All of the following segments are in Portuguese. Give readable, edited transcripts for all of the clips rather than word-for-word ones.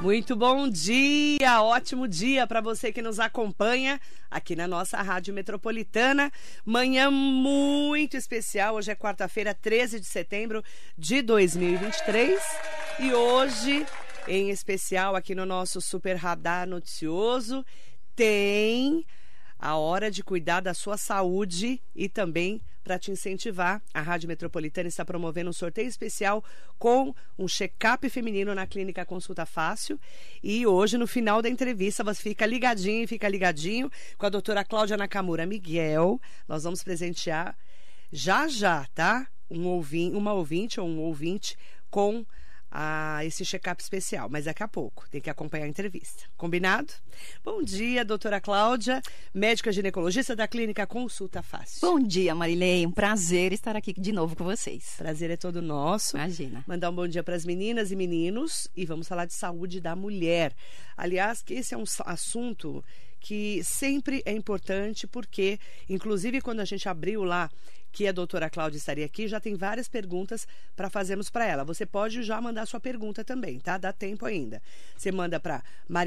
Muito bom dia, ótimo dia para você que nos acompanha aqui na nossa Rádio Metropolitana. Manhã muito especial, hoje é quarta-feira, 13 de setembro de 2023 e hoje, em especial aqui no nosso Super Radar Noticioso, tem a hora de cuidar da sua saúde e também para te incentivar. A Rádio Metropolitana está promovendo um sorteio especial com um check-up feminino na Clínica Consulta Fácil. E hoje, no final da entrevista, você fica ligadinho com a doutora Cláudia Nakamura Miguel. Nós vamos presentear já, tá? Uma ouvinte ou um ouvinte com esse check-up especial, mas daqui a pouco tem que acompanhar a entrevista. Combinado? Bom dia, doutora Cláudia, médica ginecologista da Clínica Consulta Fácil. Bom dia, Marilei, um prazer estar aqui de novo com vocês. Prazer é todo nosso. Imagina. Mandar um bom dia para as meninas e meninos e vamos falar de saúde da mulher. Aliás, que esse é um assunto que sempre é importante porque, inclusive, quando a gente abriu lá que a doutora Cláudia estaria aqui, já tem várias perguntas para fazermos para ela. Você pode já mandar sua pergunta também, tá? Dá tempo ainda. Você manda para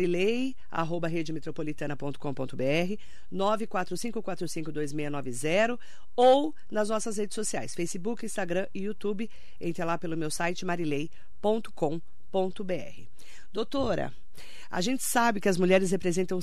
marilei@redemetropolitana.com.br, 945452690 ou nas nossas redes sociais, Facebook, Instagram e YouTube. Entre lá pelo meu site marilei.com.br. Doutora, a gente sabe que as mulheres representam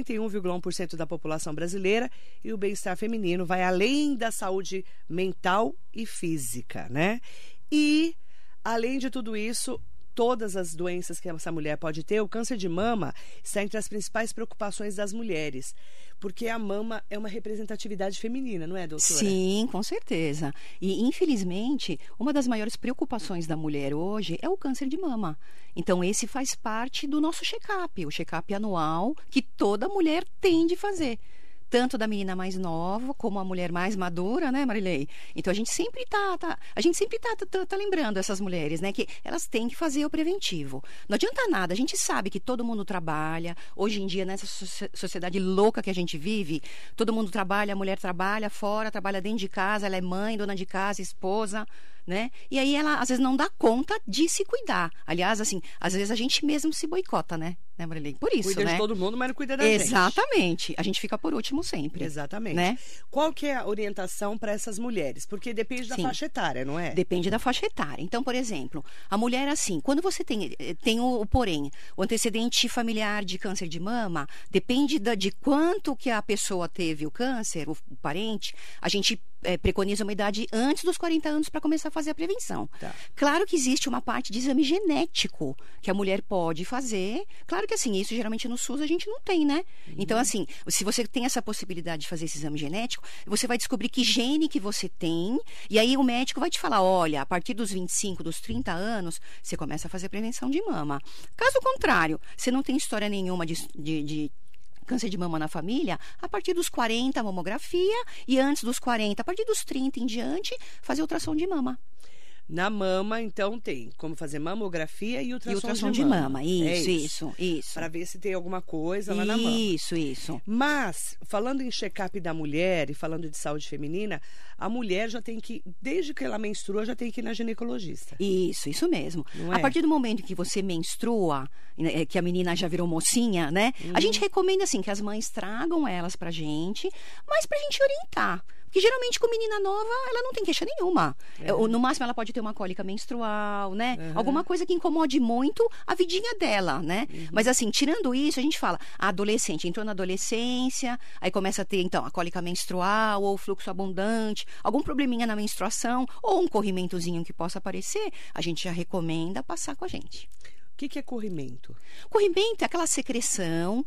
51,1% da população brasileira e o bem-estar feminino vai além da saúde mental e física, né? E, além de tudo isso, todas as doenças que essa mulher pode ter, o câncer de mama está entre as principais preocupações das mulheres, porque a mama é uma representatividade feminina, não é, doutora? Sim, com certeza. E, infelizmente, uma das maiores preocupações da mulher hoje é o câncer de mama. Então, esse faz parte do nosso check-up, o check-up anual que toda mulher tem de fazer. Tanto da menina mais nova, como a mulher mais madura, né, Marilei? Então, a gente sempre tá lembrando essas mulheres, né, que elas têm que fazer o preventivo. Não adianta nada, a gente sabe que todo mundo trabalha. Hoje em dia, nessa sociedade louca que a gente vive, todo mundo trabalha, a mulher trabalha fora, trabalha dentro de casa, ela é mãe, dona de casa, esposa, né? E aí ela, às vezes, não dá conta de se cuidar. Aliás, assim, às vezes a gente mesmo se boicota, né, Marilei? Por isso, cuida, né? Cuida de todo mundo, mas não cuida da gente. Exatamente. A gente fica por último sempre. Exatamente. Né? Qual que é a orientação para essas mulheres? Porque depende da faixa etária, não é? Depende da faixa etária. Então, por exemplo, a mulher, assim, quando você tem porém, o antecedente familiar de câncer de mama, depende de quanto que a pessoa teve o câncer, o parente, a gente preconiza uma idade antes dos 40 anos para começar a fazer a prevenção. Tá. Claro que existe uma parte de exame genético que a mulher pode fazer. Claro que, assim, isso geralmente no SUS a gente não tem, né? Então, assim, se você tem essa possibilidade de fazer esse exame genético, você vai descobrir que gene que você tem, e aí o médico vai te falar, olha, a partir dos 25, dos 30 anos, você começa a fazer prevenção de mama. Caso contrário, você não tem história nenhuma de câncer de mama na família, a partir dos 40, mamografia, e antes dos 40, a partir dos 30 em diante, fazer ultrassom de mama. Na mama, então, tem como fazer mamografia e ultrassom de mama. Isso. Para ver se tem alguma coisa lá na mama. Isso. Mas, falando em check-up da mulher e falando de saúde feminina, a mulher já tem que, desde que ela menstrua, já tem que ir na ginecologista. Isso mesmo. A partir do momento que você menstrua, que a menina já virou mocinha, né? A gente recomenda, assim, que as mães tragam elas pra gente, mas pra gente orientar. Porque geralmente com menina nova, ela não tem queixa nenhuma. No máximo, ela pode ter uma cólica menstrual, né? Alguma coisa que incomode muito a vidinha dela, né? Mas assim, tirando isso, a gente fala, a adolescente entrou na adolescência, aí começa a ter, então, a cólica menstrual, ou fluxo abundante, algum probleminha na menstruação, ou um corrimentozinho que possa aparecer, a gente já recomenda passar com a gente. O que é corrimento? Corrimento é aquela secreção,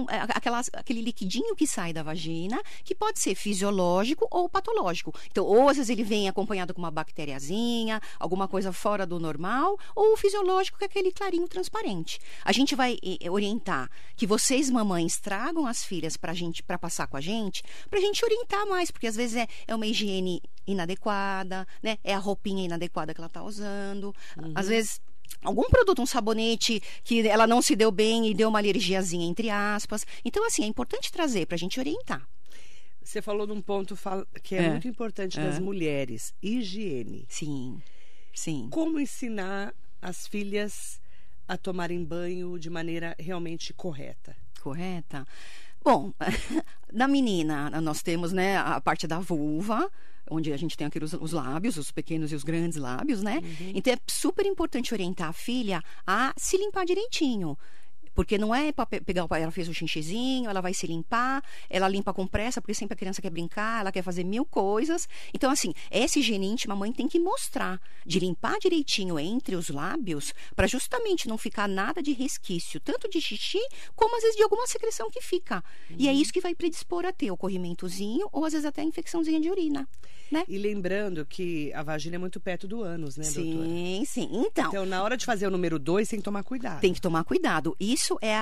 aquele liquidinho que sai da vagina, que pode ser fisiológico ou patológico. Então, ou às vezes ele vem acompanhado com uma bactériazinha, alguma coisa fora do normal, ou o fisiológico, que é aquele clarinho transparente. A gente vai orientar que vocês, mamães, tragam as filhas para passar com a gente, pra gente orientar mais, porque às vezes é uma higiene inadequada, né? É a roupinha inadequada que ela tá usando. Às vezes algum produto, um sabonete que ela não se deu bem e deu uma alergiazinha, entre aspas. Então, assim, é importante trazer pra gente orientar. Você falou de um ponto que é muito importante das mulheres, higiene. Sim. Como ensinar as filhas a tomarem banho de maneira realmente correta? Correta? Bom, na menina, nós temos, né, a parte da vulva, onde a gente tem aqui os lábios, os pequenos e os grandes lábios, né? Então, é super importante orientar a filha a se limpar direitinho. Porque não é para pegar, ela fez o xinxizinho, ela vai se limpar, ela limpa com pressa, porque sempre a criança quer brincar, ela quer fazer 1000 coisas. Então, assim, essa higiene íntima a mãe tem que mostrar, de limpar direitinho entre os lábios, para justamente não ficar nada de resquício, tanto de xixi, como às vezes de alguma secreção que fica. E é isso que vai predispor a ter o corrimentozinho, ou às vezes até a infecçãozinha de urina, né? E lembrando que a vagina é muito perto do ânus, né, doutora? Sim, sim. Então, na hora de fazer o número 2, tem que tomar cuidado. Tem que tomar cuidado. Isso é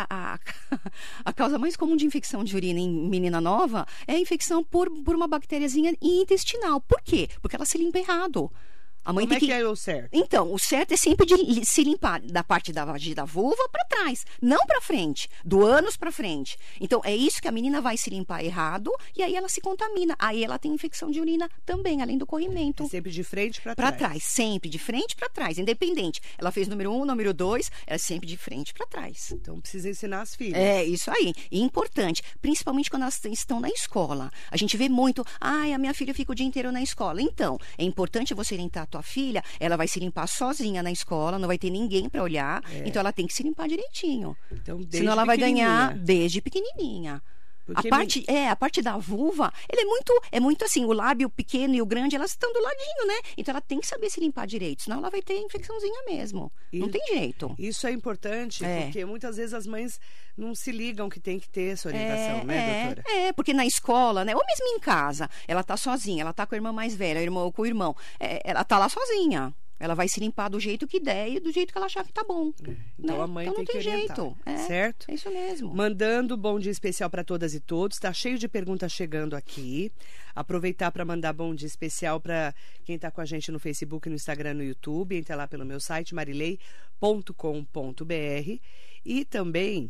a causa mais comum de infecção de urina em menina nova, é a infecção por uma bactériazinha intestinal. Por quê? Porque ela se limpa errado. A mãe Como tem é que é o certo? Então, o certo é sempre de se limpar da parte da vagina da vulva para trás, não para frente, do ânus para frente. Então, é isso que a menina vai se limpar errado e aí ela se contamina. Aí ela tem infecção de urina também, além do corrimento. É sempre de frente para trás. Para trás, sempre de frente para trás, independente. Ela fez número 1, número 2, é sempre de frente para trás. Então, precisa ensinar as filhas. É, isso aí. E importante, principalmente quando elas estão na escola. A gente vê muito, a minha filha fica o dia inteiro na escola. Então, é importante você orientar a tua filha, ela vai se limpar sozinha na escola, não vai ter ninguém para olhar, então ela tem que se limpar direitinho. Então, desde senão ela vai ganhar desde pequenininha. Porque A parte da vulva, ele é muito assim, o lábio pequeno e o grande, elas estão do ladinho, né? Então ela tem que saber se limpar direito, senão ela vai ter infecçãozinha mesmo. Não tem jeito. Isso é importante, porque muitas vezes as mães não se ligam que tem que ter essa orientação, né, doutora? Porque na escola, né? Ou mesmo em casa, ela tá sozinha, ela tá com a irmã mais velha, com o irmão, ela tá lá sozinha. Ela vai se limpar do jeito que der e do jeito que ela achar que tá bom. Então, né? a mãe então tem não tem que orientar, jeito. certo? É isso mesmo. Mandando bom dia especial para todas e todos. Tá cheio de perguntas chegando aqui. Aproveitar para mandar bom dia especial para quem tá com a gente no Facebook, no Instagram, no YouTube. Entra lá pelo meu site, marilei.com.br. E também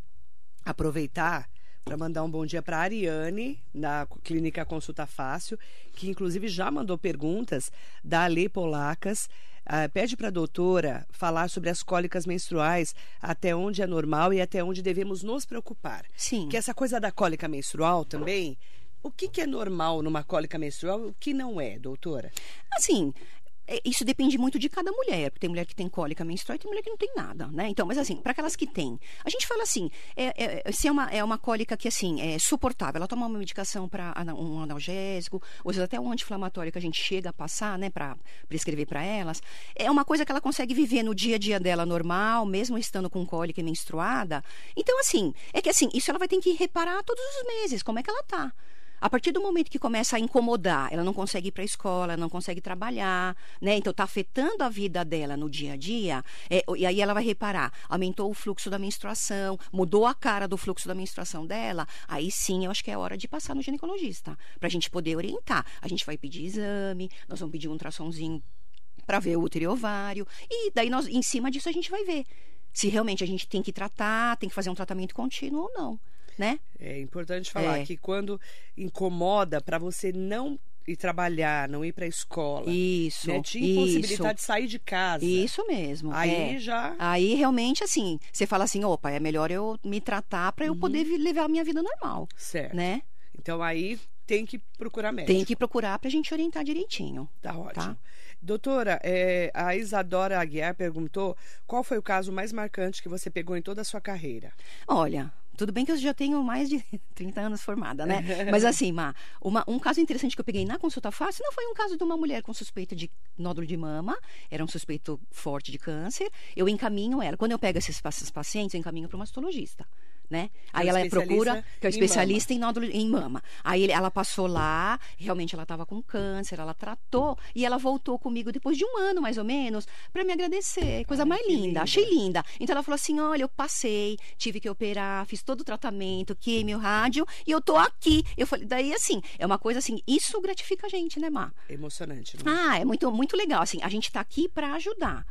aproveitar para mandar um bom dia para a Ariane, na Clínica Consulta Fácil, que inclusive já mandou perguntas da Ale Polacas. Pede para a doutora falar sobre as cólicas menstruais, até onde é normal e até onde devemos nos preocupar. Sim. Que essa coisa da cólica menstrual também, o que é normal numa cólica menstrual e o que não é, doutora? Assim, isso depende muito de cada mulher, porque tem mulher que tem cólica menstrual e tem mulher que não tem nada, né? Então, mas assim, para aquelas que têm, a gente fala assim, se é uma cólica que assim, é suportável, ela toma uma medicação para um analgésico, ou seja, até um anti-inflamatório que a gente chega a passar, né, para prescrever para elas, é uma coisa que ela consegue viver no dia a dia dela normal, mesmo estando com cólica e menstruada. Então, assim, isso ela vai ter que reparar todos os meses, como é que ela tá. A partir do momento que começa a incomodar, ela não consegue ir para a escola, não consegue trabalhar, né? Então, está afetando a vida dela no dia a dia. E aí ela vai reparar, aumentou o fluxo da menstruação, mudou a cara do fluxo da menstruação dela. Aí sim, eu acho que é hora de passar no ginecologista, para a gente poder orientar. A gente vai pedir exame, nós vamos pedir um ultrassomzinho para ver o útero e ovário. E daí, em cima disso, a gente vai ver se realmente a gente tem que tratar, tem que fazer um tratamento contínuo ou não. Né? É importante falar que quando incomoda, para você não ir trabalhar, não ir para a escola, isso, né? Te impossibilitar de sair de casa. Isso mesmo. Aí realmente assim, você fala assim, opa, é melhor eu me tratar para eu poder levar a minha vida normal. Certo. Né? Então aí tem que procurar médico. Tem que procurar pra gente orientar direitinho. Tá ótimo. Tá? Doutora, a Isadora Aguiar perguntou qual foi o caso mais marcante que você pegou em toda a sua carreira? Olha, tudo bem que eu já tenho mais de 30 anos formada, né? Mas assim, um caso interessante que eu peguei na consulta fácil não foi um caso de uma mulher com suspeita de nódulo de mama, era um suspeito forte de câncer. Eu encaminho ela, quando eu pego esses pacientes, eu encaminho para uma mastologista. Né? Aí ela procura, que é o especialista em nódulo em mama. Aí ela passou lá, realmente ela estava com câncer, ela tratou e ela voltou comigo depois de um ano, mais ou menos, para me agradecer. Coisa mais linda, achei linda. Então ela falou assim: olha, eu passei, tive que operar, fiz todo o tratamento, quimio, rádio, e eu tô aqui. Eu falei, daí assim, é uma coisa assim, isso gratifica a gente, né, Má? Emocionante, né? É muito, muito legal. Assim, a gente tá aqui para ajudar.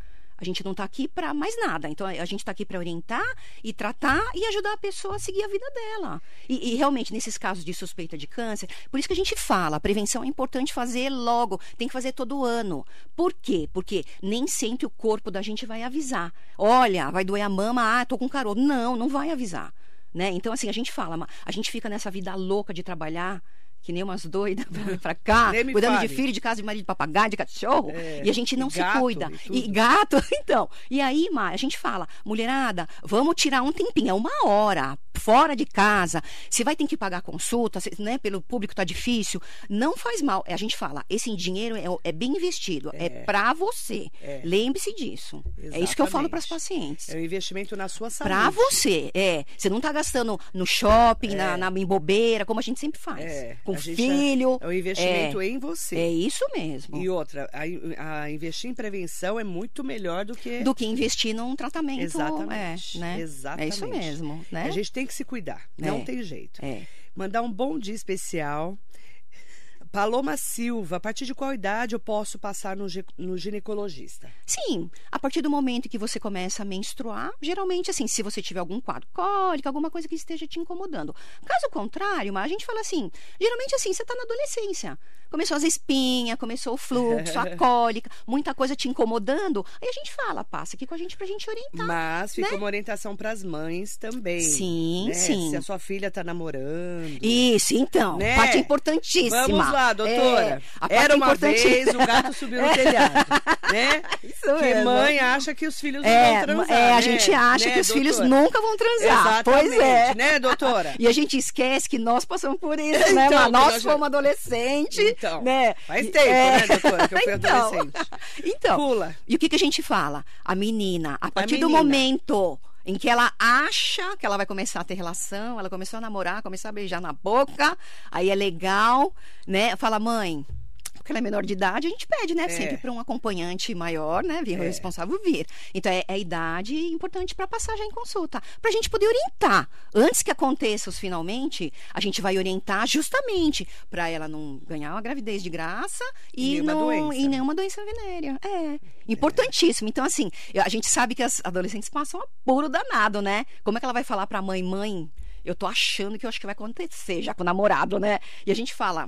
A gente não está aqui para mais nada. Então, a gente está aqui para orientar e tratar e ajudar a pessoa a seguir a vida dela. E realmente, nesses casos de suspeita de câncer, por isso que a gente fala, a prevenção é importante fazer logo, tem que fazer todo ano. Por quê? Porque nem sempre o corpo da gente vai avisar. Olha, vai doer a mama, tô com caroço. Não, não vai avisar. Né? Então, assim, a gente fala, a gente fica nessa vida louca de trabalhar, que nem umas doidas pra cá, cuidando de filho, de casa, de marido, de papagaio, de cachorro, e a gente não se cuida. E gato, então. E aí, a gente fala, mulherada, vamos tirar um tempinho, é 1 hora, fora de casa. Se vai ter que pagar consulta, né, pelo público tá difícil, não faz mal. A gente fala, esse dinheiro é bem investido, é pra você. Lembre-se disso. Exatamente. É isso que eu falo para as pacientes. É um investimento na sua saúde. Pra você, Você não tá gastando no shopping, em bobeira, como a gente sempre faz. Com filho. É um investimento em você. É isso mesmo. E outra, a investir em prevenção é muito melhor do que investir num tratamento. Exatamente. Né? Exatamente. É isso mesmo. Né? A gente tem que se cuidar. Não tem jeito. Mandar um bom dia especial. Paloma Silva, a partir de qual idade eu posso passar no ginecologista? Sim, a partir do momento que você começa a menstruar, geralmente, assim, se você tiver algum quadro cólico, alguma coisa que esteja te incomodando. Caso contrário, a gente fala assim, geralmente assim, você está na adolescência. Começou as espinhas, começou o fluxo, a cólica, muita coisa te incomodando. Aí a gente fala, passa aqui com a gente pra gente orientar. Mas fica uma orientação pras mães também. Sim, né? sim. Se a sua filha tá namorando. Isso, então. Né? Parte importantíssima. Vamos lá, doutora. Era uma vez, o gato subiu no telhado. Né? Isso mesmo. Que mãe acha que os filhos não vão transar. A gente acha que os filhos nunca vão transar. Exatamente, pois é. Né, doutora? E a gente esquece que nós passamos por isso, né? Mas nós fomos adolescentes. Então, né? Faz tempo, né, doutora, que eu fui adolescente. Então, pula. E o que a gente fala? A menina, a partir do momento em que ela acha que ela vai começar a ter relação, ela começou a namorar, começar a beijar na boca, aí é legal, né? Fala, mãe, porque ela é menor de idade, a gente pede, né? Sempre para um acompanhante maior, né? Vir o responsável vir. Então, é a idade importante para passar já em consulta. Para a gente poder orientar. Antes que aconteça os finalmente, a gente vai orientar justamente para ela não ganhar uma gravidez de graça e nenhuma doença venérea. Importantíssimo. Então, assim, a gente sabe que as adolescentes passam um apuro danado, né? Como é que ela vai falar para a mãe, eu tô achando que eu acho que vai acontecer já com o namorado, né? E a gente fala...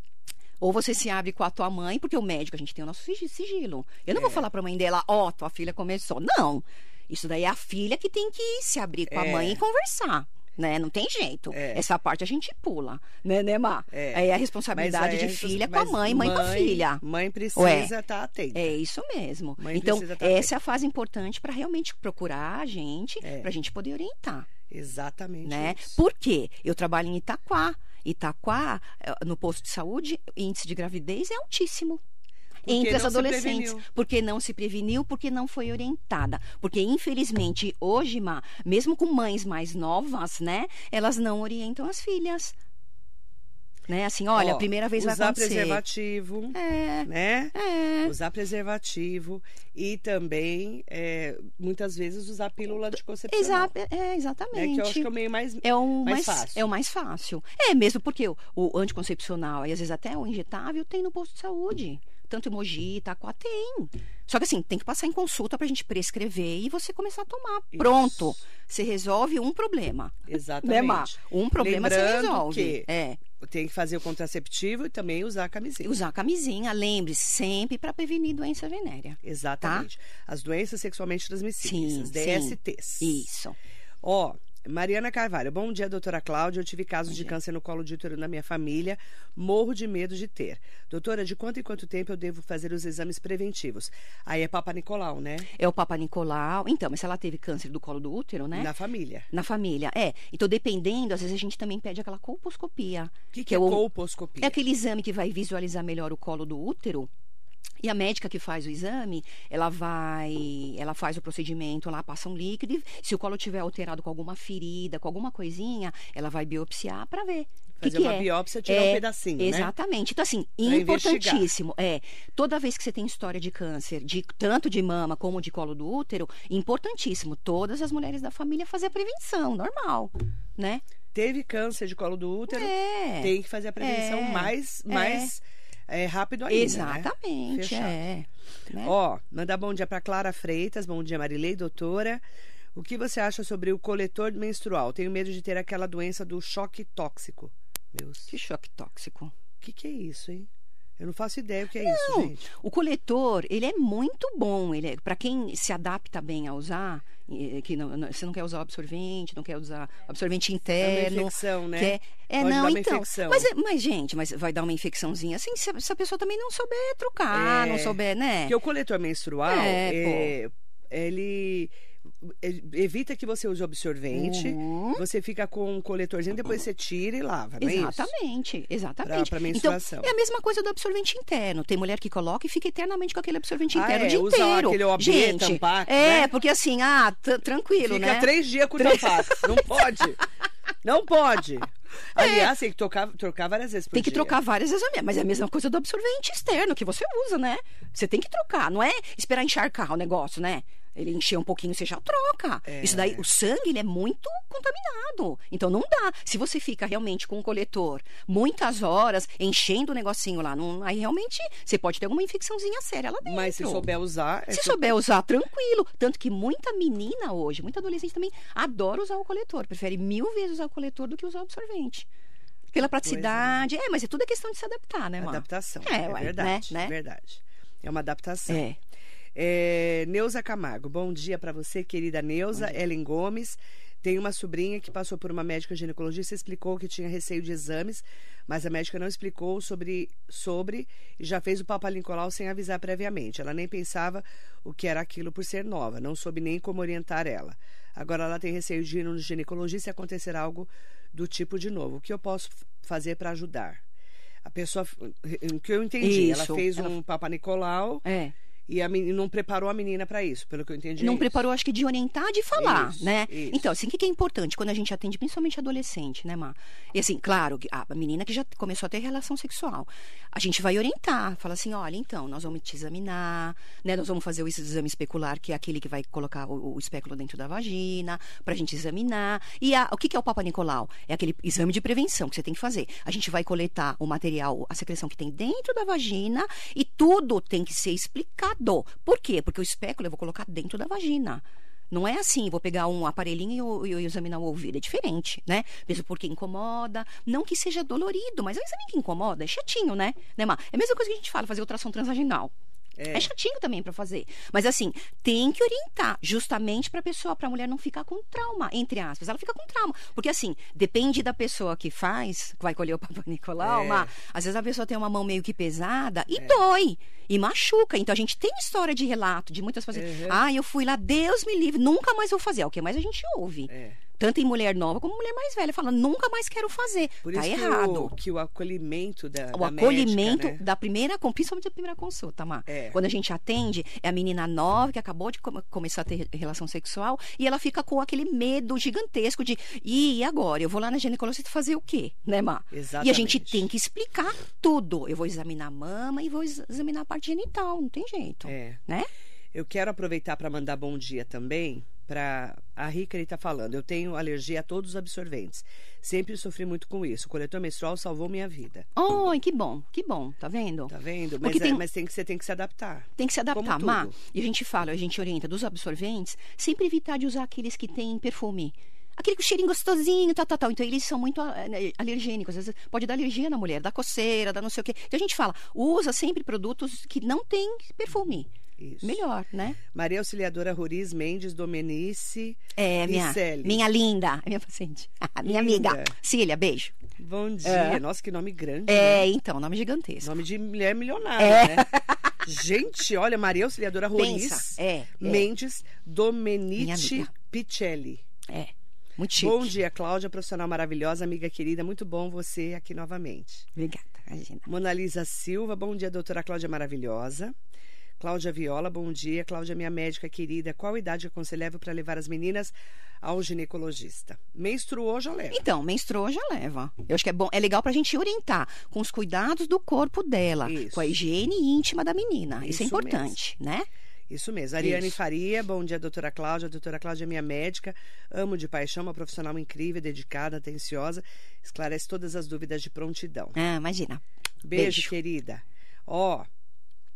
Ou você se abre com a tua mãe, porque o médico, a gente tem o nosso sigilo. Eu não vou falar pra mãe dela, tua filha começou. Não. Isso daí é a filha que tem que se abrir com a mãe e conversar. Né? Não tem jeito. Essa parte a gente pula. Né, Má? É a responsabilidade de filha com a mãe com a filha. Mãe precisa estar atenta. É isso mesmo. Então, essa é a fase importante para realmente procurar a gente, pra gente poder orientar. Exatamente. Né? Isso. Por quê? Eu trabalho em Itaquá. Itaquá, no posto de saúde, o índice de gravidez é altíssimo. Entre as adolescentes. Porque não se preveniu, porque não foi orientada. Porque, infelizmente, hoje, mesmo com mães mais novas, né, elas não orientam as filhas. Né? Assim, olha, a primeira vez vai acontecer. Usar preservativo, né? Usar preservativo e também, muitas vezes, usar pílula anticoncepcional. Exatamente. Que eu acho que é o meio mais fácil. É o mais fácil. Mesmo porque o anticoncepcional, e às vezes até o injetável, tem no posto de saúde. Tanto em Mogi, Itaquá, tem. Só que assim, tem que passar em consulta pra gente prescrever e você começar a tomar. Isso. Pronto. Você resolve um problema. Exatamente. Né, um problema você resolve. Tem que fazer o contraceptivo e também usar a camisinha. Usar a camisinha, lembre-se, sempre para prevenir doença venérea. Exatamente. Tá? As doenças sexualmente transmissíveis, as DSTs. Isso. Mariana Carvalho, bom dia, doutora Cláudia. Eu tive casos de câncer no colo de útero na minha família. Morro de medo de ter. Doutora, de quanto em quanto tempo eu devo fazer os exames preventivos? Aí é Papa Nicolau, né? É o Papa Nicolau. Então, mas se ela teve câncer do colo do útero, né? Na família. Na família, Então, dependendo, às vezes a gente também pede aquela colposcopia. O que é colposcopia? É aquele exame que vai visualizar melhor o colo do útero. E a médica que faz o exame, ela faz o procedimento lá, passa um líquido, e se o colo tiver alterado com alguma ferida, com alguma coisinha, ela vai biopsiar para ver. Fazer uma biópsia, tirar um pedacinho, né? Exatamente. Então, assim, importantíssimo. Toda vez que você tem história de câncer, tanto de mama como de colo do útero, importantíssimo. Todas as mulheres da família fazer a prevenção, normal, né? Teve câncer de colo do útero, tem que fazer a prevenção mais rápido ainda. Exatamente, né? né? Ó, mandar bom dia para Clara Freitas, bom dia Marilei, doutora. O que você acha sobre o coletor menstrual? Tenho medo de ter aquela doença do choque tóxico. Que choque tóxico? O que é isso, hein? Eu não faço ideia o que é isso, gente. O coletor, ele é muito bom. Ele para quem se adapta bem a usar, que você não quer usar o absorvente, não quer usar absorvente interno. É uma infecção, né? Pode dar uma então. infecção. Mas vai dar uma infecçãozinha assim, se a pessoa também não souber trocar, não souber, né? Porque o coletor menstrual, ele evita que você use o absorvente, você fica com um coletorzinho, depois você tira e lava, não é exatamente, isso? Exatamente. Pra menstruação. Então, é a mesma coisa do absorvente interno. Tem mulher que coloca e fica eternamente com aquele absorvente interno o dia usa inteiro. Aquele OB, gente, Tampax, né? porque assim, tranquilo, fica né? 3 dias com o Tampax, não pode. Não pode. Aliás, tem que trocar várias vezes por dia. Tem que trocar várias vezes, mas é a mesma coisa do absorvente externo que você usa, né? Você tem que trocar, não é esperar encharcar o negócio, né? Ele encher um pouquinho, você já troca. Isso daí, o sangue, ele é muito contaminado. Então, não dá. Se você fica realmente com o coletor muitas horas, enchendo o negocinho lá, aí realmente você pode ter alguma infecçãozinha séria lá dentro. Mas se souber usar... souber usar, tranquilo. Tanto que muita menina hoje, muita adolescente também, adora usar o coletor. Prefere 1000 vezes usar o coletor do que usar o absorvente. Pela praticidade. Mas tudo é questão de se adaptar, né, Má? Adaptação. É verdade. Né? Verdade. É uma adaptação. Neuza Camargo, bom dia para você, querida Neuza. Ellen Gomes. Tem uma sobrinha que passou por uma médica ginecologista, explicou que tinha receio de exames, mas a médica não explicou sobre e já fez o Papa Nicolau sem avisar previamente. Ela nem pensava o que era aquilo por ser nova, não soube nem como orientar ela. Agora ela tem receio de ir no ginecologista e acontecer algo do tipo de novo. O que eu posso fazer para ajudar? A pessoa, o que eu entendi, ela fez um Papa Nicolau... E não preparou a menina para isso, pelo que eu entendi. Não preparou, acho que de orientar, de falar, né? Isso. Então, assim, o que é importante quando a gente atende, principalmente adolescente, né, Má? E assim, claro, a menina que já começou a ter relação sexual, a gente vai orientar, fala assim, olha, então, nós vamos te examinar, né? Nós vamos fazer esse exame especular, que é aquele que vai colocar o espéculo dentro da vagina, pra gente examinar. E o que é o Papa Nicolau? É aquele exame de prevenção que você tem que fazer. A gente vai coletar o material, a secreção que tem dentro da vagina, e tudo tem que ser explicado. Por quê? Porque o espéculo eu vou colocar dentro da vagina. Não é assim, vou pegar um aparelhinho e examinar o ouvido. É diferente, né? Mesmo porque incomoda. Não que seja dolorido, mas é um exame que incomoda. É chatinho, né? Má? É a mesma coisa que a gente fala, fazer ultrassom transvaginal. É chatinho também para fazer. Mas assim, tem que orientar, justamente pra mulher não ficar com trauma, entre aspas. Ela fica com trauma. Porque assim, depende da pessoa que vai colher o Papa Nicolau, às vezes a pessoa tem uma mão meio que pesada e dói. E machuca. Então a gente tem história de relato de muitas fazer. Eu fui lá, Deus me livre, nunca mais vou fazer. É o que mais a gente ouve. Tanto em mulher nova como mulher mais velha, falando, nunca mais quero fazer. Por tá isso errado. Que o acolhimento da acolhimento médica, né? da primeira, principalmente da primeira consulta, Má. Quando a gente atende, é a menina nova que acabou de começar a ter relação sexual e ela fica com aquele medo gigantesco de, e agora? Eu vou lá na ginecologista fazer o quê? Né, Má? Exatamente. E a gente tem que explicar tudo. Eu vou examinar a mama e vou examinar a parte genital, não tem jeito. Né? Eu quero aproveitar para mandar bom dia também para a Rica, ele está falando. Eu tenho alergia a todos os absorventes. Sempre sofri muito com isso. O coletor menstrual salvou minha vida. Que bom, tá vendo? Tá vendo? Mas você tem que se adaptar. Tem que se adaptar, Má. E a gente orienta dos absorventes, sempre evitar de usar aqueles que têm perfume. Aquele com cheirinho gostosinho, tal. Então, eles são muito alergênicos. Às vezes pode dar alergia na mulher, dar coceira, dar não sei o quê. Então, a gente fala, usa sempre produtos que não têm perfume. Isso. Melhor, né? Maria Auxiliadora Roriz Mendes Domenici minha linda, minha paciente. Minha amiga. Cília, beijo. Bom dia. Nossa, que nome grande. Né? Então, nome gigantesco. Nome de mulher milionária, né? Gente, olha, Maria Auxiliadora Roriz Mendes Domenici Picelli. Muito chique. Bom dia, Cláudia, profissional maravilhosa, amiga querida. Muito bom você aqui novamente. Obrigada, imagina. Mona Lisa Silva, bom dia, doutora Cláudia maravilhosa. Cláudia Viola, bom dia. Cláudia, minha médica querida, qual idade eu aconselho para levar as meninas ao ginecologista? Menstruou, já leva. Então, menstruou, já leva. Eu acho que é bom, é legal pra gente orientar com os cuidados do corpo dela, com a higiene íntima da menina. Isso é importante, né? Isso mesmo. Ariane Faria, bom dia, doutora Cláudia. A doutora Cláudia é minha médica, amo de paixão, uma profissional incrível, dedicada, atenciosa, esclarece todas as dúvidas de prontidão. Imagina. Beijo, querida.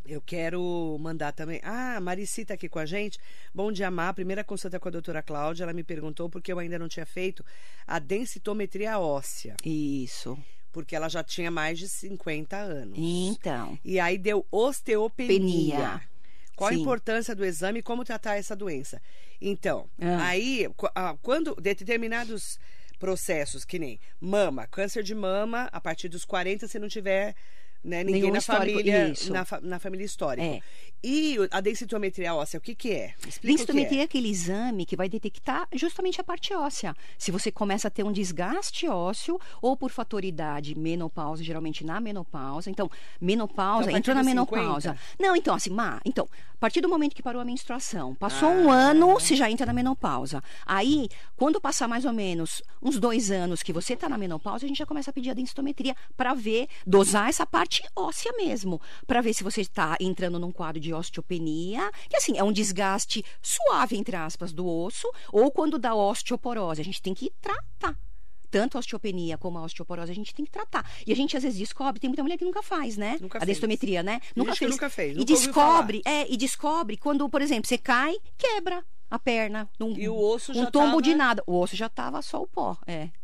Eu quero mandar também. Ah, Marici tá aqui com a gente. Bom dia, Má. Primeira consulta com a doutora Cláudia. Ela me perguntou porque eu ainda não tinha feito a densitometria óssea. Isso. Porque ela já tinha mais de 50 anos. Então. E aí deu osteopenia. Qual a Sim. importância do exame e como tratar essa doença? Então, aí, quando determinados processos, que nem mama, câncer de mama, a partir dos 40, se não tiver... Né, ninguém Nenhum na histórico, família, isso. na família histórica. É. E a densitometria óssea, o que que é? Explica Densitometria o é aquele exame que vai detectar justamente a parte óssea. Se você começa a ter um desgaste ósseo, ou por fator idade, menopausa, geralmente na menopausa. Então, menopausa, Então, a entrou na partir dos menopausa. 50? Não, então, assim, então, a partir do momento que parou a menstruação, passou um ano, você já entra na menopausa. Aí, quando passar mais ou menos uns 2 anos que você está na menopausa, a gente já começa a pedir a densitometria para ver, dosar essa parte óssea mesmo, para ver se você está entrando num quadro de osteopenia, que assim, é um desgaste suave, entre aspas, do osso, ou quando dá osteoporose, a gente tem que tratar. Tanto a osteopenia como a osteoporose a gente tem que tratar. E a gente às vezes descobre, tem muita mulher que nunca faz, né? Nunca a fez. densitometria, né? Nunca fez. E Nunca ouviu descobre, e descobre quando, por exemplo, você cai, quebra a perna. E o osso já um tombo tava... de nada. O osso já tava só o pó,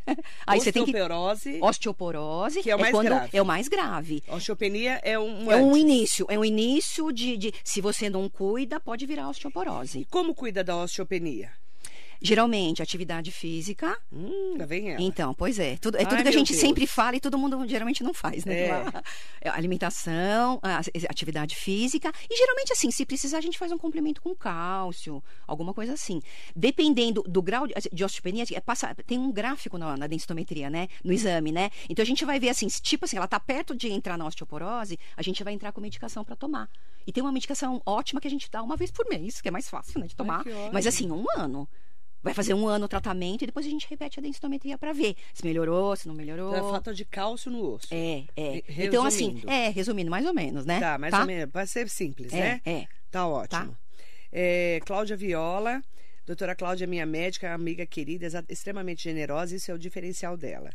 Aí você tem que... Osteoporose que é o mais quando grave. é o mais grave. Osteopenia é um É um antes. início de se você não cuida, pode virar osteoporose. E como cuida da osteopenia? Geralmente, atividade física. Lá vem ela. Então, pois é. Tudo, Ai, tudo que a meu gente Deus. sempre fala e todo mundo geralmente não faz, né? É. Alimentação, atividade física. E geralmente, assim, se precisar, a gente faz um complemento com cálcio, alguma coisa assim. Dependendo do grau de osteopenia, tem um gráfico na densitometria, né? No exame, né? Então, a gente vai ver, assim, tipo assim, ela tá perto de entrar na osteoporose, a gente vai entrar com medicação para tomar. E tem uma medicação ótima que a gente dá uma vez por mês, que é mais fácil, né, de tomar. que ótimo. Mas, assim, 1 ano. Vai fazer 1 ano o tratamento e depois a gente repete a densitometria para ver se melhorou, se não melhorou. Então, é falta de cálcio no osso. Então, assim, Resumindo. resumindo, mais ou menos, né? Tá, mais ou menos. Vai ser simples, né? Tá ótimo. Cláudia Viola. Doutora Cláudia é minha médica, amiga querida, extremamente generosa. Isso é o diferencial dela.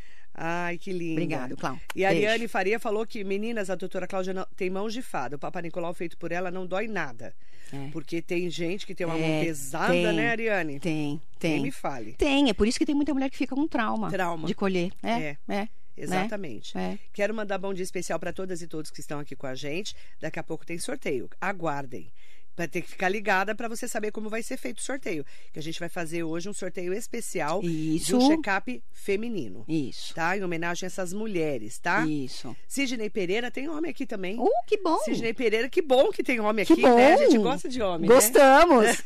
Ai, que linda. Obrigado, Cláudia. E a Ariane Faria falou que, meninas, a doutora Cláudia tem mãos de fada. O Papa Nicolau feito por ela não dói nada. Porque tem gente que tem uma mão pesada, né, Ariane? Tem. Nem me fale. Tem, é por isso que tem muita mulher que fica com trauma. De colher. Exatamente. Quero mandar bom dia especial para todas e todos que estão aqui com a gente. Daqui a pouco tem sorteio. Aguardem. Vai ter que ficar ligada para você saber como vai ser feito o sorteio. Que a gente vai fazer hoje um sorteio especial de um check-up feminino. Isso. Tá? Em homenagem a essas mulheres, tá? Isso. Sidney Pereira, tem homem aqui também. Que bom. Sidney Pereira, que bom que tem homem que aqui, bom. né? A gente gosta de homem, Gostamos. Né?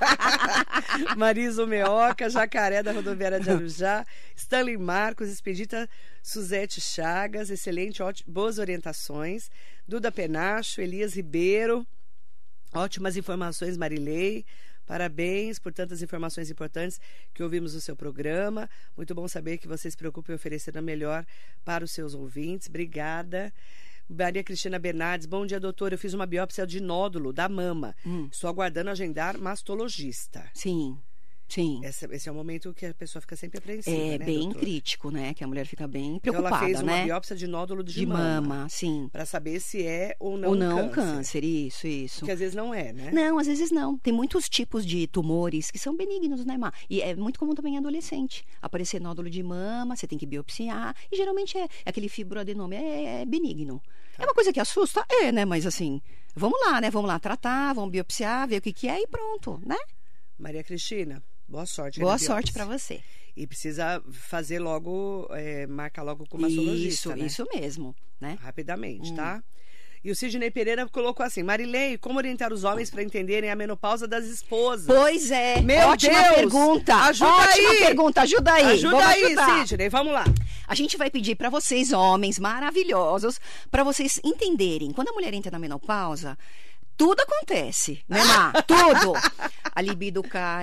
Marisa Meoca, Jacaré da Rodoviária de Arujá, Stanley Marcos, Expedita Suzete Chagas, excelente, boas orientações. Duda Penacho, Elias Ribeiro. Ótimas informações, Marilei. Parabéns por tantas informações importantes que ouvimos no seu programa. Muito bom saber que você se preocupa em oferecer o melhor para os seus ouvintes. Obrigada. Maria Cristina Bernardes, bom dia, doutora. Eu fiz uma biópsia de nódulo da mama. Estou aguardando agendar mastologista. Sim. Esse é o momento que a pessoa fica sempre apreensiva, né, bem doutora? crítico, né? Que a mulher fica bem preocupada, então ela fez uma né? biópsia de nódulo de mama, sim. Para saber se é ou não câncer. Isso. Porque às vezes não é, né? Não, às vezes não. Tem muitos tipos de tumores que são benignos, né, Má? E é muito comum também em adolescente. Aparecer nódulo de mama, você tem que biopsiar. E geralmente é aquele fibroadenoma, é benigno. É uma coisa que assusta? Né? Mas assim, vamos lá, né? Vamos lá tratar, vamos biopsiar, ver o que é e pronto, né? Maria Cristina, boa sorte. Boa sorte para você. E precisa fazer logo, marcar logo com o mastologista, né? Isso mesmo, né? Rapidamente, tá? E o Sidney Pereira colocou assim: Marilei, como orientar os homens para entenderem a menopausa das esposas? Pois é. Meu Ótima Deus! pergunta. Ajuda Ajuda aí. Ajuda aí, Sidney, vamos lá. A gente vai pedir para vocês, homens maravilhosos, para vocês entenderem. Quando a mulher entra na menopausa, tudo acontece, né, Má? Tudo. A libido cai.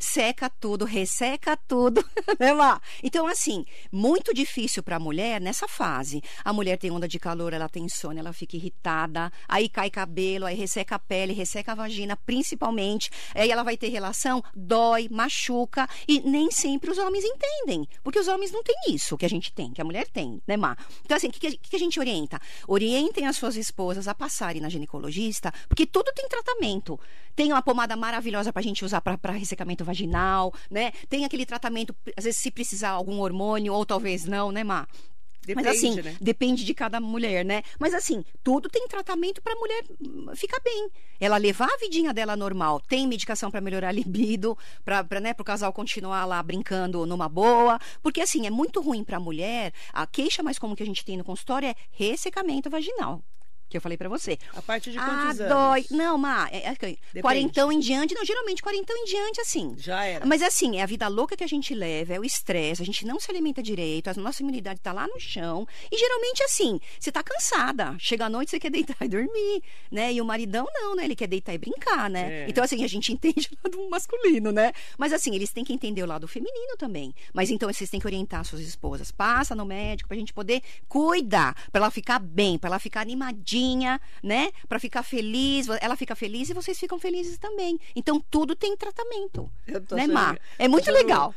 seca tudo, resseca tudo, né, Má? Então, assim, muito difícil para a mulher nessa fase. A mulher tem onda de calor, ela tem insônia, ela fica irritada, aí cai cabelo, aí resseca a pele, resseca a vagina, principalmente. Aí ela vai ter relação, dói, machuca, e nem sempre os homens entendem, porque os homens não têm isso que a gente tem, que a mulher tem, né, Má? Então, assim, o que a gente orienta? Orientem as suas esposas a passarem na ginecologista, porque tudo tem tratamento. Tem uma pomada maravilhosa pra gente usar para ressecamento vaginal, né? Tem aquele tratamento, às vezes, se precisar algum hormônio, ou talvez não, né, Má? Depende, Mas assim, né? depende de cada mulher, né? Mas assim, tudo tem tratamento pra mulher ficar bem. Ela levar a vidinha dela normal. Tem medicação pra melhorar a libido, né, pro casal continuar lá brincando numa boa. Porque assim, é muito ruim pra mulher. A queixa mais comum que a gente tem no consultório é ressecamento vaginal. Que eu falei pra você. A partir de quantos anos? Dói. Não, Má, quarentão em diante. Não, geralmente quarentão em diante, assim. Já era. Mas assim, é a vida louca que a gente leva, é o estresse, a gente não se alimenta direito, a nossa imunidade tá lá no chão. E geralmente, assim, você tá cansada. Chega à noite, você quer deitar e dormir, né? E o maridão não, né? Ele quer deitar e brincar, né? É. Então, assim, a gente entende o lado masculino, né? Mas assim, eles têm que entender o lado feminino também. Mas então, vocês têm que orientar suas esposas. Passa no médico pra gente poder cuidar, pra ela ficar bem, pra ela ficar animadinha, né? Pra ficar feliz, ela fica feliz e vocês ficam felizes também. Então tudo tem tratamento, né, Má? É muito legal.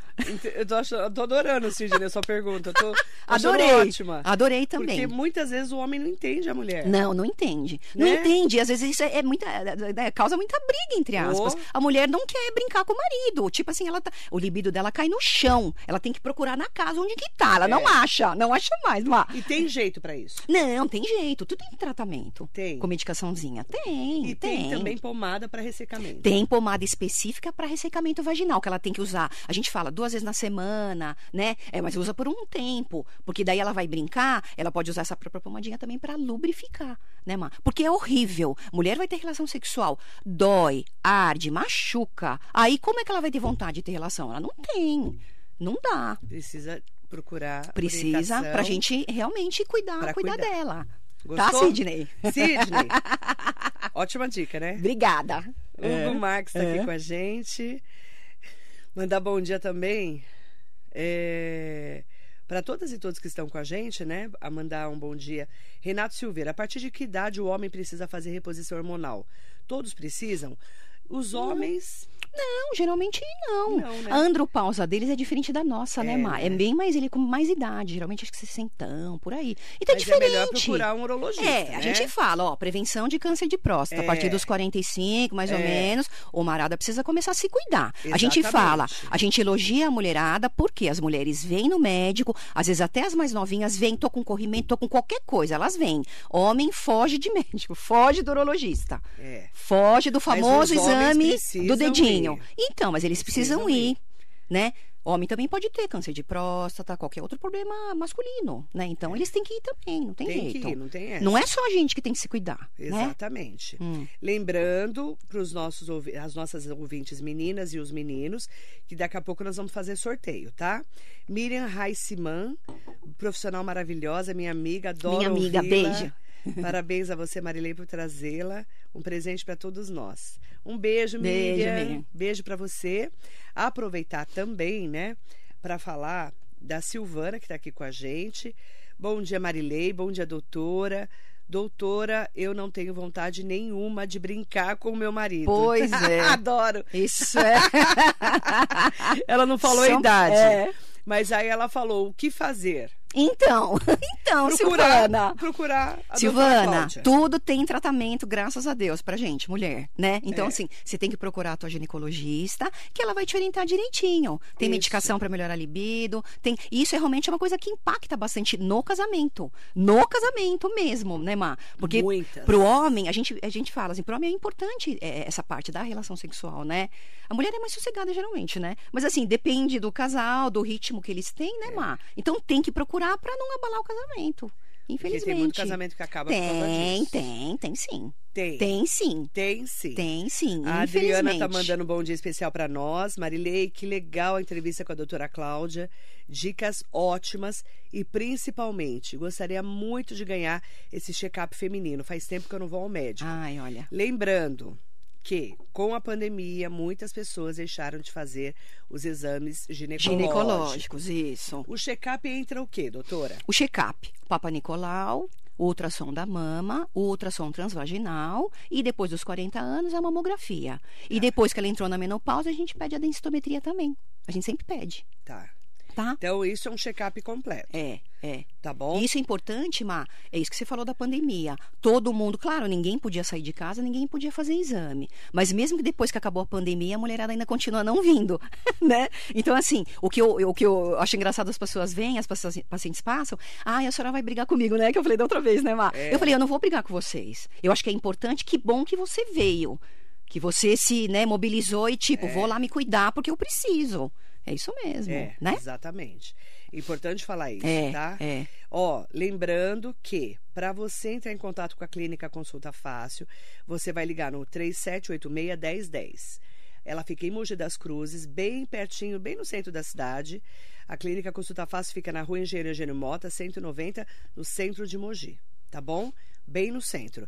Eu tô adorando, Sidney, a sua pergunta. Tô Adorei. ótima. Adorei também. Porque muitas vezes o homem não entende a mulher. Não entende. Né? Não entende. Às vezes isso causa muita briga, entre aspas. A mulher não quer brincar com o marido. Tipo assim, o libido dela cai no chão. Ela tem que procurar na casa onde que tá. Ela não acha mais, Má. E tem jeito pra isso? Não, tem jeito. Tudo tem tratamento. Tem. Com medicaçãozinha. Tem. E tem também pomada pra ressecamento. Tem pomada específica para ressecamento vaginal, que ela tem que usar. A gente fala 2 vezes na semana, né? Mas usa por um tempo. Porque daí ela vai brincar, ela pode usar essa própria pomadinha também para lubrificar, né, Má? Porque é horrível. Mulher vai ter relação sexual, dói, arde, machuca. Aí como é que ela vai ter vontade de ter relação? Ela não tem. Não dá. Precisa procurar. Precisa pra gente realmente cuidar dela. Gostou? Tá, Sidney? Sidney. Ótima dica, né? Obrigada. Hugo Marques está aqui com a gente. Mandar bom dia também para todas e todos que estão com a gente, né? A mandar um bom dia. Renato Silveira, a partir de que idade o homem precisa fazer reposição hormonal? Todos precisam? Os homens... Não, geralmente não. Não, né? A andropausa deles é diferente da nossa, né, Má? É bem mais ele com mais idade, geralmente acho que 60, por aí. E tá Mas diferente. É melhor procurar um urologista, né? A gente fala, ó, prevenção de câncer de próstata. A partir dos 45, mais ou menos, o marada precisa começar a se cuidar. Exatamente. A gente fala, a gente elogia a mulherada, porque as mulheres vêm no médico, às vezes até as mais novinhas vêm, tô com corrimento, tô com qualquer coisa, elas vêm. Homem foge de médico, foge do urologista. Foge do famoso exame do dedinho. Então, mas eles precisam ir, né? Homem também pode ter câncer de próstata, qualquer outro problema masculino, né? Então, eles têm que ir também, não tem jeito. Tem que ir, não tem essa. Não é só a gente que tem que se cuidar, Exatamente. Né? Lembrando para as nossas ouvintes meninas e os meninos, que daqui a pouco nós vamos fazer sorteio, tá? Miriam Raissiman, profissional maravilhosa, minha amiga, adoro minha amiga, beijo. Parabéns a você, Marilei, por trazê-la. Um presente para todos nós. Um beijo, Miriam. Beijo para você. Aproveitar também, né, para falar da Silvana, que está aqui com a gente. Bom dia, Marilei. Bom dia, doutora. Doutora, eu não tenho vontade nenhuma de brincar com o meu marido. Pois é. Adoro. Isso é. Ela não falou a idade. Mas aí ela falou o que fazer. Então, Silvana. Procurar a Silvana, tudo tem tratamento, graças a Deus, pra gente, mulher, né? Então, assim, você tem que procurar a tua ginecologista, que ela vai te orientar direitinho. Tem medicação pra melhorar a libido, isso é realmente uma coisa que impacta bastante no casamento. No casamento mesmo, né, Má? Porque pro homem, a gente fala assim, pro homem é importante essa parte da relação sexual, né? A mulher é mais sossegada, geralmente, né? Mas, assim, depende do casal, do ritmo que eles têm, né, Má? Então, tem que procurar para não abalar o casamento. Infelizmente. Porque tem muito casamento que acaba por causa disso. Tem sim. Tem sim. A Adriana tá mandando um bom dia especial para nós. Marilei, que legal a entrevista com a doutora Cláudia. Dicas ótimas e, principalmente, gostaria muito de ganhar esse check-up feminino. Faz tempo que eu não vou ao médico. Ai, olha. Lembrando que, com a pandemia, muitas pessoas deixaram de fazer os exames ginecológicos. Ginecológicos, isso. O check-up entra o quê, doutora? O check-up, Papa Nicolau, o ultrassom da mama, o ultrassom transvaginal e depois dos 40 anos a mamografia. E depois que ela entrou na menopausa, a gente pede a densitometria também. A gente sempre pede. Tá. Tá? Então, isso é um check-up completo. É. Tá bom? Isso é importante, Má. É isso que você falou da pandemia. Todo mundo, claro, ninguém podia sair de casa, ninguém podia fazer exame. Mas mesmo que depois que acabou a pandemia, a mulherada ainda continua não vindo, né? Então, assim, o que eu acho engraçado, as pessoas vêm, as pacientes passam, a senhora vai brigar comigo, né? Que eu falei da outra vez, né, Má? Eu falei, eu não vou brigar com vocês. Eu acho que é importante, que bom que você veio. Que você se, né, mobilizou e vou lá me cuidar porque eu preciso. É isso mesmo, né? Exatamente. Importante falar isso, tá? É. Ó, lembrando que para você entrar em contato com a Clínica Consulta Fácil, você vai ligar no 3786-1010. Ela fica em Mogi das Cruzes, bem pertinho, bem no centro da cidade. A Clínica Consulta Fácil fica na Rua Engenheiro Eugênio Mota, 190, no centro de Mogi, tá bom? Bem no centro.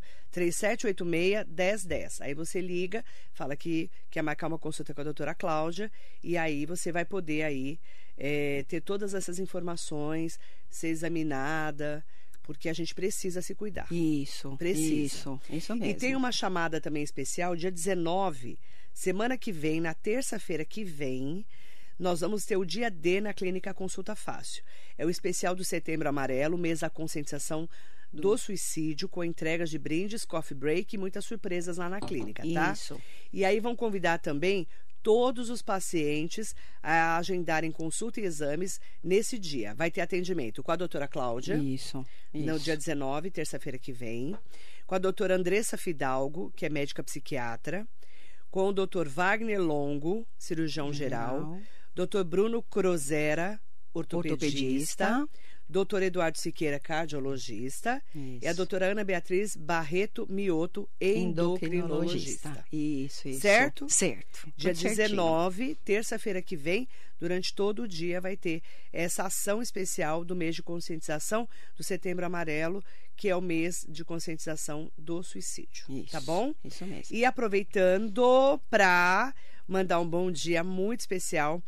3786-1010. Aí você liga, fala que quer marcar uma consulta com a doutora Cláudia e aí você vai poder aí ter todas essas informações, ser examinada, porque a gente precisa se cuidar. Isso mesmo. E tem uma chamada também especial, dia 19, semana que vem, na terça-feira que vem, nós vamos ter o dia D na Clínica Consulta Fácil. É o especial do Setembro Amarelo, mês da conscientização do suicídio, com entregas de brindes, coffee break e muitas surpresas lá na clínica, tá? Isso. E aí vão convidar também todos os pacientes a agendarem consulta e exames nesse dia. Vai ter atendimento com a doutora Cláudia. Isso. No dia 19, terça-feira que vem. Com a doutora Andressa Fidalgo, que é médica psiquiatra. Com o doutor Wagner Longo, cirurgião geral. Doutor Bruno Crozera, ortopedista. Doutor Eduardo Siqueira, cardiologista. Isso. E a doutora Ana Beatriz Barreto Mioto, endocrinologista. Isso. Certo? Certo. Dia 19, terça-feira que vem, durante todo o dia, vai ter essa ação especial do mês de conscientização do Setembro Amarelo, que é o mês de conscientização do suicídio. Isso. Tá bom? Isso mesmo. E aproveitando para mandar um bom dia muito especial.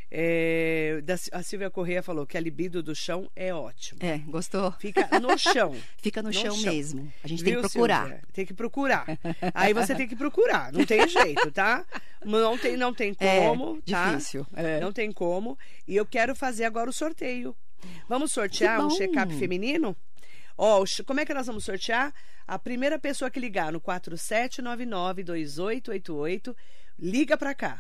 A Silvia Correia falou que a libido do chão é ótimo. Gostou? Fica no chão. Fica no chão mesmo. A gente Viu, tem que procurar. Silvia? Tem que procurar. Aí você tem que procurar. Não tem jeito, tá? Não tem como. Tá? Difícil. Não tem como. E eu quero fazer agora o sorteio. Vamos sortear um check-up feminino? Ó, como é que nós vamos sortear? A primeira pessoa que ligar no 4799-2888, liga pra cá.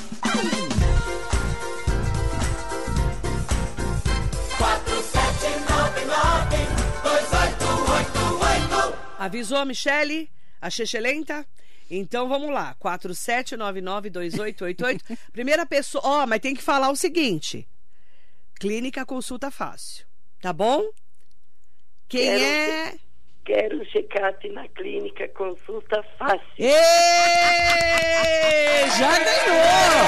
Avisou a Michele? A Chechelenta? Então vamos lá, 4799-2888. Primeira pessoa, mas tem que falar o seguinte: Clínica Consulta Fácil, tá bom? Quero um check-up na Clínica Consulta Fácil. Já ganhou!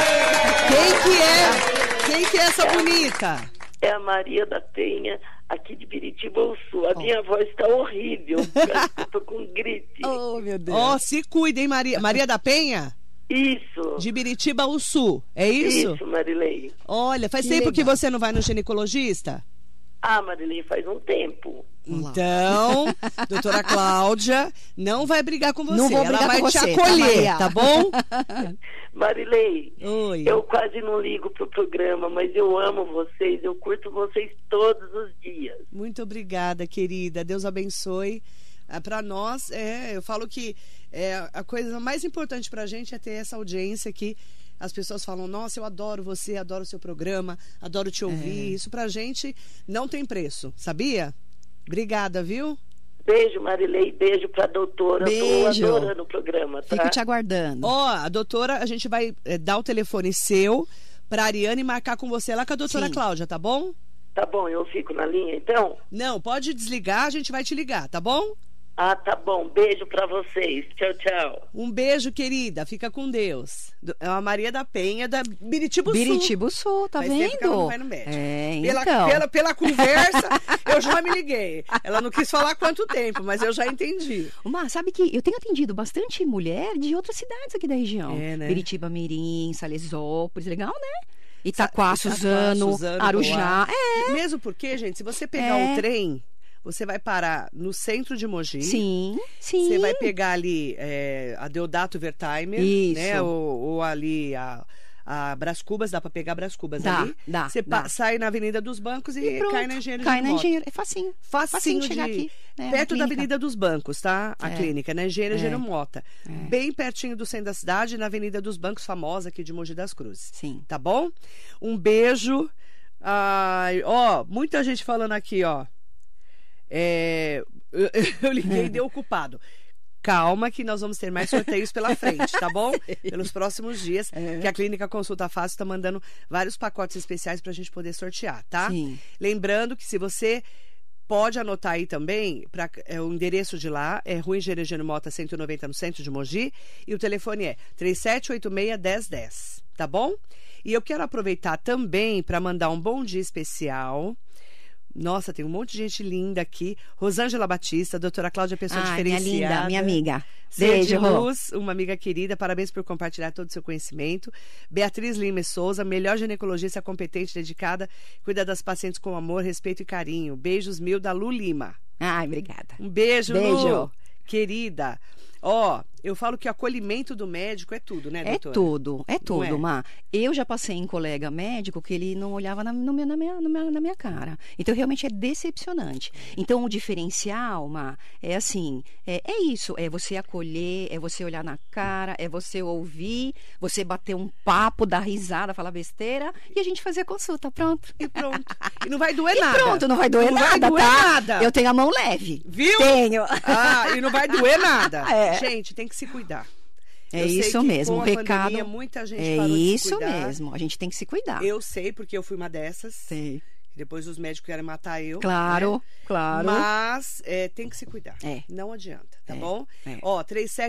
Quem que é essa bonita? É a Maria da Penha, aqui de Biritiba ao Sul. A minha voz está horrível, eu tô com gripe. Oh, meu Deus. Se cuida, hein, Maria? Maria da Penha? Isso. De Biritiba ao Sul, é isso? Isso, Marilei. Olha, faz tempo que você não vai no ginecologista? Marilei, faz um tempo. Então, doutora Cláudia não vai brigar com você. Não vou brigar ela vai com te você, acolher, tá bom? Marilei, Oi. Eu quase não ligo pro programa, mas eu amo vocês, eu curto vocês todos os dias. Muito obrigada, querida. Deus abençoe. Para nós, eu falo que a coisa mais importante pra gente é ter essa audiência que as pessoas falam: nossa, eu adoro você, adoro o seu programa, adoro te ouvir. Isso pra gente não tem preço, sabia? Obrigada, viu? Beijo, Marilei, beijo pra doutora. Beijo. Tô adorando o programa, tá? Fico te aguardando. A doutora, a gente vai dar o telefone seu pra Ariane marcar com você lá com a doutora Sim. Cláudia, tá bom? Tá bom, eu fico na linha, então? Não, pode desligar, a gente vai te ligar, tá bom? Ah, tá bom. Beijo pra vocês. Tchau, tchau. Um beijo, querida. Fica com Deus. É a Maria da Penha, da Biritibu Sul. Biritibu Sul, tá Faz tempo que ela não vendo? vai no médico. Então. Pela conversa, eu já me liguei. Ela não quis falar quanto tempo, mas eu já entendi. Mas sabe que eu tenho atendido bastante mulher de outras cidades aqui da região. É, né? Biritiba Mirim, Salesópolis, legal, né? Itaquá, Suzano, Suzano, Arujá. Boa. Mesmo porque, gente, se você pegar o trem, você vai parar no centro de Mogi. Sim, sim. Você vai pegar ali a Deodato Wertheimer, Isso. né? Ou ali a Brás Cubas, dá pra pegar Brás Cubas Dá, ali. dá, Você dá. sai na Avenida dos Bancos e Pronto, cai na Engenheiro cai de na Moto. Engenheiro. É facinho. Facinho chegar de... aqui. Né, perto na da clínica. Avenida dos Bancos, tá? A clínica, na Engenheiro É. Mota. Bem pertinho do centro da cidade, na Avenida dos Bancos, famosa aqui de Mogi das Cruzes. Sim. Tá bom? Um beijo. Ai, ó, muita gente falando aqui, ó. Eu liguei e deu ocupado. Calma que nós vamos ter mais sorteios pela frente, tá bom? Pelos próximos dias, que a Clínica Consulta Fácil está mandando vários pacotes especiais para a gente poder sortear, tá? Sim. Lembrando que se você pode anotar aí também, o endereço de lá é Rua Engenheiro Mota 190 no centro de Mogi e o telefone é 3786-1010, tá bom? E eu quero aproveitar também para mandar um bom dia especial. Nossa, tem um monte de gente linda aqui. Rosângela Batista, doutora Cláudia Pessoa Diferenciada. Minha linda, minha amiga. Beijo, Beijo, Rô. Luz, uma amiga querida. Parabéns por compartilhar todo o seu conhecimento. Beatriz Lima Souza, melhor ginecologista competente, dedicada, cuida das pacientes com amor, respeito e carinho. Beijos mil da Lu Lima. Ai, obrigada. Um beijo, Beijo. Lu, querida. Ó, eu falo que o acolhimento do médico é tudo, né, doutora? É tudo, Não é? Má. Eu já passei em colega médico que ele não olhava na minha cara. Então, realmente é decepcionante. Então, o diferencial, Má, é assim, é isso. É você acolher, é você olhar na cara, é você ouvir, você bater um papo, dar risada, falar besteira e a gente fazer a consulta. Pronto. E pronto. E não vai doer E nada. pronto, não vai doer Não nada, vai doer tá? nada. Eu tenho a mão leve. Viu? Tenho. Ah, e não vai doer nada. É. Gente, tem que se cuidar. É Eu sei isso que mesmo, com o a recado. pandemia, muita gente É parou de se isso cuidar. mesmo, a gente tem que se cuidar. Eu sei, porque eu fui uma dessas. Sei. Depois os médicos querem matar eu. Claro, né? claro. Mas tem que se cuidar. É. Não adianta, tá É, bom? é. Ó,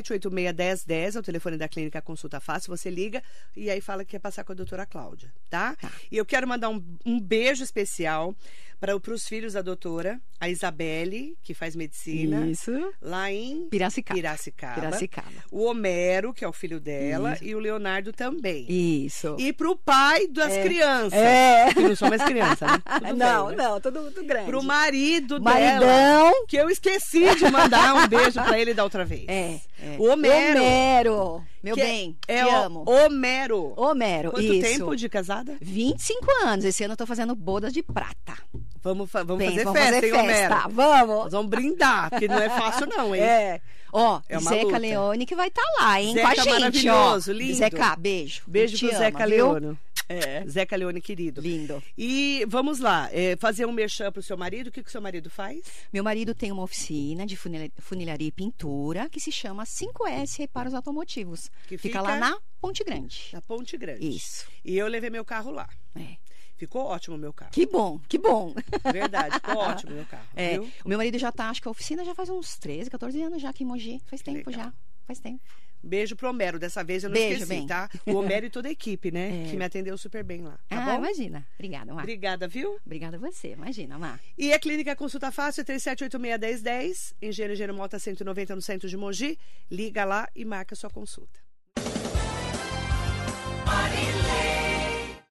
3786-1010 é o telefone da Clínica Consulta Fácil. Você liga e aí fala que quer passar com a doutora Cláudia, tá? E eu quero mandar um beijo especial para os filhos da doutora, a Isabelle, que faz medicina. Isso. Lá em Piracicaba. O Homero, que é o filho dela, e o Leonardo também. Isso. E pro pai das crianças. É. Que não são mais crianças, né? Tudo Não, bem, né? não, tudo muito grande. Pro marido Maridão. dela. Que eu esqueci de mandar um beijo pra ele da outra vez. O Homero. Homero. Meu que bem, é te o amo. Homero. Homero, Quanto isso. tempo de casada? 25 anos. Esse ano eu tô fazendo bodas de prata. Vamos fazer Vamos festa, fazer hein, Homero? festa. Vamos. Nós vamos brindar, porque não é fácil não, hein? Ó, É uma Zeca luta. Leone que vai estar lá, hein? Zeca com a gente, maravilhoso, ó. lindo. Zeca, beijo. Beijo Te pro ama, Zeca viu? Leone. Zeca Leone, querido. Lindo. E vamos lá, fazer um merchan pro seu marido. O que o seu marido faz? Meu marido tem uma oficina de funilaria e pintura que se chama 5S Reparos Automotivos. Que fica lá na Ponte Grande. Na Ponte Grande. Isso. E eu levei meu carro lá. Ficou ótimo o meu carro. Que bom, que bom. Verdade, ficou ótimo o meu carro. Viu? O meu marido já tá, acho que a oficina já faz uns 13, 14 anos já aqui em Mogi. Faz tempo legal. já. Faz tempo. Beijo pro Homero, dessa vez eu não Beijo, esqueci, bem. tá? O Homero e toda a equipe, né? Que me atendeu super bem lá, tá bom? Imagina. Obrigada, Mar. Obrigada, viu? Obrigada a você, imagina, Mar. E a Clínica Consulta Fácil, 3786-1010, Engenheiro Mota 190 no centro de Mogi. Liga lá e marca sua consulta. Marilê.